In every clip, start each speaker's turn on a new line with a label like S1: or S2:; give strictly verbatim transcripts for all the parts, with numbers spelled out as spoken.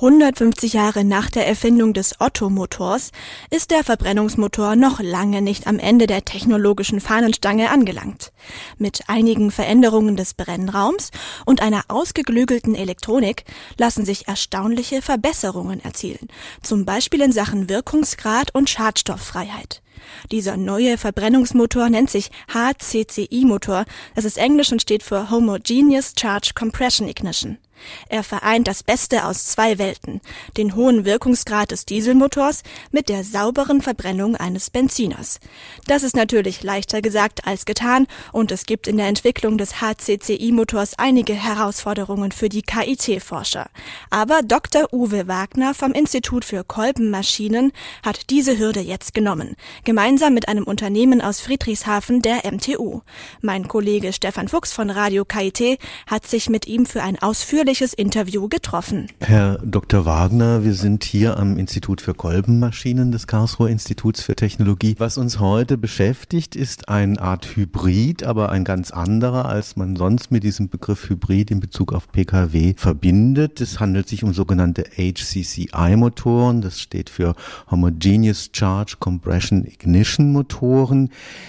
S1: hundertfünfzig Jahre nach der Erfindung des Ottomotors ist der Verbrennungsmotor noch lange nicht am Ende der technologischen Fahnenstange angelangt. Mit einigen Veränderungen des Brennraums und einer ausgeklügelten Elektronik lassen sich erstaunliche Verbesserungen erzielen, zum Beispiel in Sachen Wirkungsgrad und Schadstofffreiheit. Dieser neue Verbrennungsmotor nennt sich H C C I-Motor, das ist Englisch und steht für Homogeneous Charge Compression Ignition. Er vereint das Beste aus zwei Welten, den hohen Wirkungsgrad des Dieselmotors mit der sauberen Verbrennung eines Benziners. Das ist natürlich leichter gesagt als getan und es gibt in der Entwicklung des H C C I-Motors einige Herausforderungen für die K I T-Forscher. Aber Doktor Uwe Wagner vom Institut für Kolbenmaschinen hat diese Hürde jetzt genommen, gemeinsam mit einem Unternehmen aus Friedrichshafen, der M T U. Mein Kollege Stefan Fuchs von Radio K I T hat sich mit ihm für ein ausführliches Interview getroffen.
S2: Herr Doktor Wagner, wir sind hier am Institut für Kolbenmaschinen des Karlsruher Instituts für Technologie. Was uns heute beschäftigt, ist eine Art Hybrid, aber ein ganz anderer, als man sonst mit diesem Begriff Hybrid in Bezug auf P K W verbindet. Es handelt sich um sogenannte H C C I-Motoren, das steht für Homogeneous Charge Compression Ignition Motoren.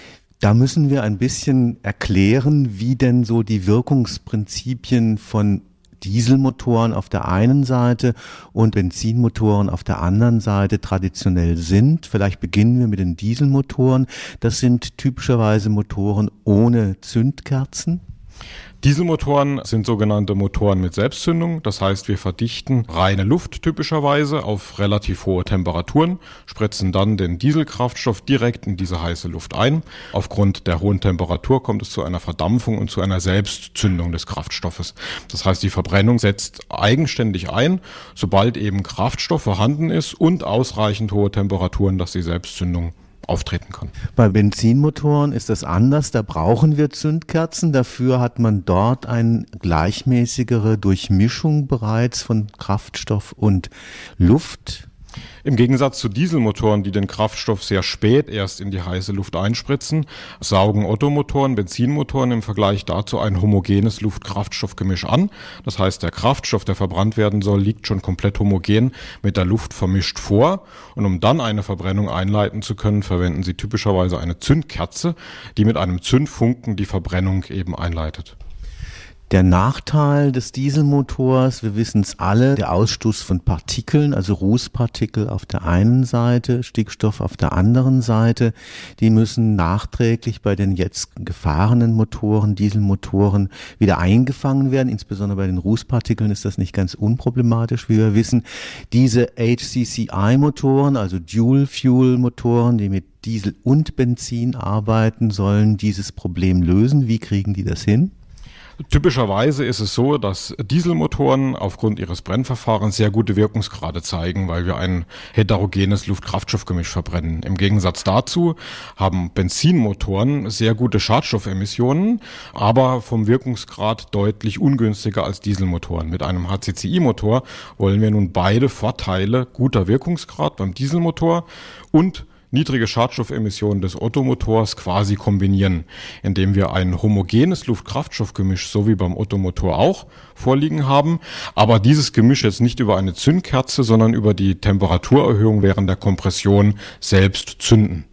S2: Da müssen wir ein bisschen erklären, wie denn so die Wirkungsprinzipien von Dieselmotoren auf der einen Seite und Benzinmotoren auf der anderen Seite traditionell sind. Vielleicht beginnen wir mit den Dieselmotoren. Das sind typischerweise Motoren ohne Zündkerzen.
S3: Dieselmotoren sind sogenannte Motoren mit Selbstzündung, das heißt, wir verdichten reine Luft typischerweise auf relativ hohe Temperaturen, spritzen dann den Dieselkraftstoff direkt in diese heiße Luft ein. Aufgrund der hohen Temperatur kommt es zu einer Verdampfung und zu einer Selbstzündung des Kraftstoffes. Das heißt, die Verbrennung setzt eigenständig ein, sobald eben Kraftstoff vorhanden ist und ausreichend hohe Temperaturen, dass die Selbstzündung auftreten kann.
S2: Bei Benzinmotoren ist das anders, da brauchen wir Zündkerzen, dafür hat man dort eine gleichmäßigere Durchmischung bereits von Kraftstoff und Luft.
S3: Im Gegensatz zu Dieselmotoren, die den Kraftstoff sehr spät erst in die heiße Luft einspritzen, saugen Ottomotoren, Benzinmotoren im Vergleich dazu ein homogenes Luft-Kraftstoff-Gemisch an. Das heißt, der Kraftstoff, der verbrannt werden soll, liegt schon komplett homogen mit der Luft vermischt vor. Und um dann eine Verbrennung einleiten zu können, verwenden sie typischerweise eine Zündkerze, die mit einem Zündfunken die Verbrennung eben einleitet.
S2: Der Nachteil des Dieselmotors, wir wissen es alle, der Ausstoß von Partikeln, also Rußpartikel auf der einen Seite, Stickstoff auf der anderen Seite, die müssen nachträglich bei den jetzt gefahrenen Motoren, Dieselmotoren wieder eingefangen werden. Insbesondere bei den Rußpartikeln ist das nicht ganz unproblematisch, wie wir wissen. Diese H C C I-Motoren, also Dual-Fuel-Motoren, die mit Diesel und Benzin arbeiten, sollen dieses Problem lösen. Wie kriegen die das hin?
S3: Typischerweise ist es so, dass Dieselmotoren aufgrund ihres Brennverfahrens sehr gute Wirkungsgrade zeigen, weil wir ein heterogenes Luft-Kraftstoffgemisch verbrennen. Im Gegensatz dazu haben Benzinmotoren sehr gute Schadstoffemissionen, aber vom Wirkungsgrad deutlich ungünstiger als Dieselmotoren. Mit einem H C C I-Motor wollen wir nun beide Vorteile, guter Wirkungsgrad beim Dieselmotor und niedrige Schadstoffemissionen des Ottomotors quasi kombinieren, indem wir ein homogenes Luft-Kraftstoffgemisch, so wie beim Ottomotor auch, vorliegen haben, aber dieses Gemisch jetzt nicht über eine Zündkerze, sondern über die Temperaturerhöhung während der Kompression selbst zünden.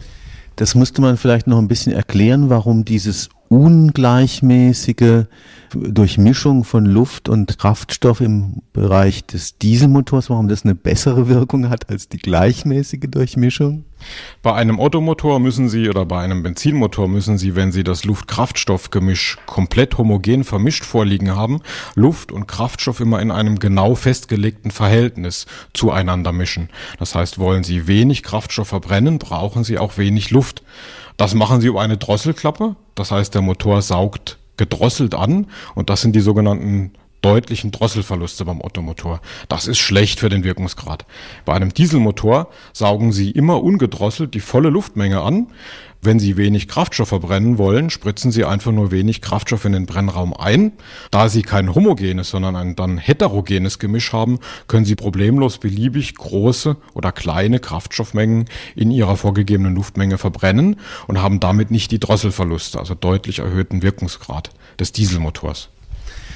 S2: Das müsste man vielleicht noch ein bisschen erklären, warum dieses ungleichmäßige Durchmischung von Luft und Kraftstoff im Bereich des Dieselmotors, warum das eine bessere Wirkung hat als die gleichmäßige Durchmischung?
S3: Bei einem Ottomotor müssen Sie oder bei einem Benzinmotor müssen Sie, wenn Sie das Luft-Kraftstoff-Gemisch komplett homogen vermischt vorliegen haben, Luft und Kraftstoff immer in einem genau festgelegten Verhältnis zueinander mischen. Das heißt, wollen Sie wenig Kraftstoff verbrennen, brauchen Sie auch wenig Luft. Das machen Sie über eine Drosselklappe, das heißt, der Motor saugt gedrosselt an und das sind die sogenannten deutlichen Drosselverluste beim Ottomotor. Das ist schlecht für den Wirkungsgrad. Bei einem Dieselmotor saugen Sie immer ungedrosselt die volle Luftmenge an. Wenn Sie wenig Kraftstoff verbrennen wollen, spritzen Sie einfach nur wenig Kraftstoff in den Brennraum ein. Da Sie kein homogenes, sondern ein dann heterogenes Gemisch haben, können Sie problemlos beliebig große oder kleine Kraftstoffmengen in Ihrer vorgegebenen Luftmenge verbrennen und haben damit nicht die Drosselverluste, also deutlich erhöhten Wirkungsgrad des Dieselmotors.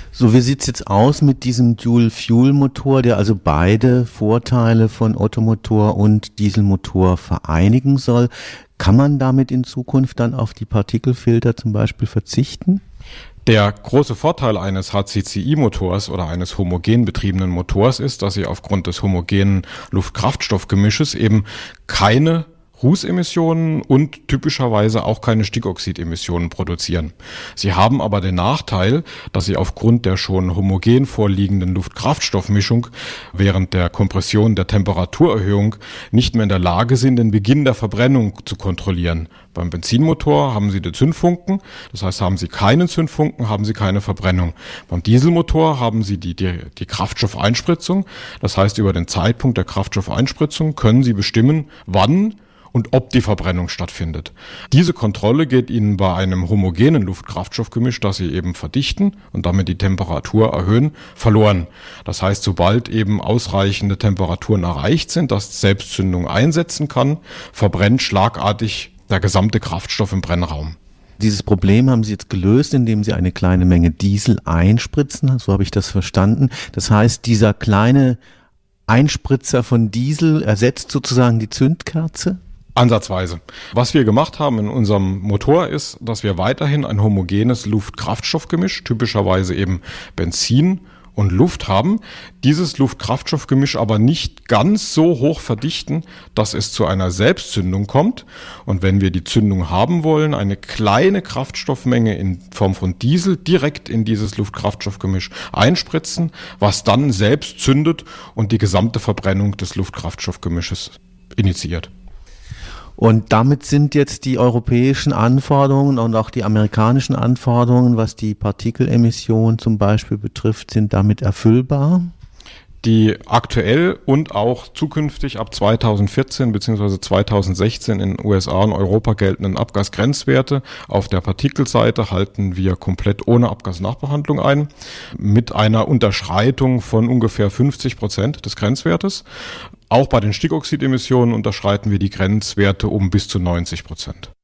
S2: So, wie sieht's jetzt aus mit diesem Dual-Fuel-Motor, der also beide Vorteile von Ottomotor und Dieselmotor vereinigen soll? Kann man damit in Zukunft dann auf die Partikelfilter zum Beispiel verzichten?
S3: Der große Vorteil eines H C C I-Motors oder eines homogen betriebenen Motors ist, dass sie aufgrund des homogenen Luft-Kraftstoff-Gemisches eben keine Rußemissionen und typischerweise auch keine Stickoxidemissionen produzieren. Sie haben aber den Nachteil, dass sie aufgrund der schon homogen vorliegenden Luft-Kraftstoff-Mischung während der Kompression der Temperaturerhöhung nicht mehr in der Lage sind, den Beginn der Verbrennung zu kontrollieren. Beim Benzinmotor haben Sie den Zündfunken, das heißt, haben Sie keinen Zündfunken, haben Sie keine Verbrennung. Beim Dieselmotor haben Sie die, die, die Kraftstoffeinspritzung, das heißt, über den Zeitpunkt der Kraftstoffeinspritzung können Sie bestimmen, wann und ob die Verbrennung stattfindet. Diese Kontrolle geht Ihnen bei einem homogenen Luft-Kraftstoff-Gemisch, das Sie eben verdichten und damit die Temperatur erhöhen, verloren. Das heißt, sobald eben ausreichende Temperaturen erreicht sind, dass Selbstzündung einsetzen kann, verbrennt schlagartig der gesamte Kraftstoff im Brennraum.
S2: Dieses Problem haben Sie jetzt gelöst, indem Sie eine kleine Menge Diesel einspritzen, so habe ich das verstanden. Das heißt, dieser kleine Einspritzer von Diesel ersetzt sozusagen die Zündkerze?
S3: Ansatzweise. Was wir gemacht haben in unserem Motor ist, dass wir weiterhin ein homogenes Luft-Kraftstoff-Gemisch, typischerweise eben Benzin und Luft haben, dieses Luft-Kraftstoff-Gemisch aber nicht ganz so hoch verdichten, dass es zu einer Selbstzündung kommt. Und wenn wir die Zündung haben wollen, eine kleine Kraftstoffmenge in Form von Diesel direkt in dieses Luft-Kraftstoff-Gemisch einspritzen, was dann selbst zündet und die gesamte Verbrennung des Luft-Kraftstoff-Gemisches initiiert.
S2: Und damit sind jetzt die europäischen Anforderungen und auch die amerikanischen Anforderungen, was die Partikelemission zum Beispiel betrifft, sind damit erfüllbar?
S3: Die aktuell und auch zukünftig ab zweitausendvierzehn bzw. zweitausendsechzehn in U S A und Europa geltenden Abgasgrenzwerte auf der Partikelseite halten wir komplett ohne Abgasnachbehandlung ein, mit einer Unterschreitung von ungefähr fünfzig Prozent des Grenzwertes. Auch bei den Stickoxidemissionen unterschreiten wir die Grenzwerte um bis zu neunzig Prozent.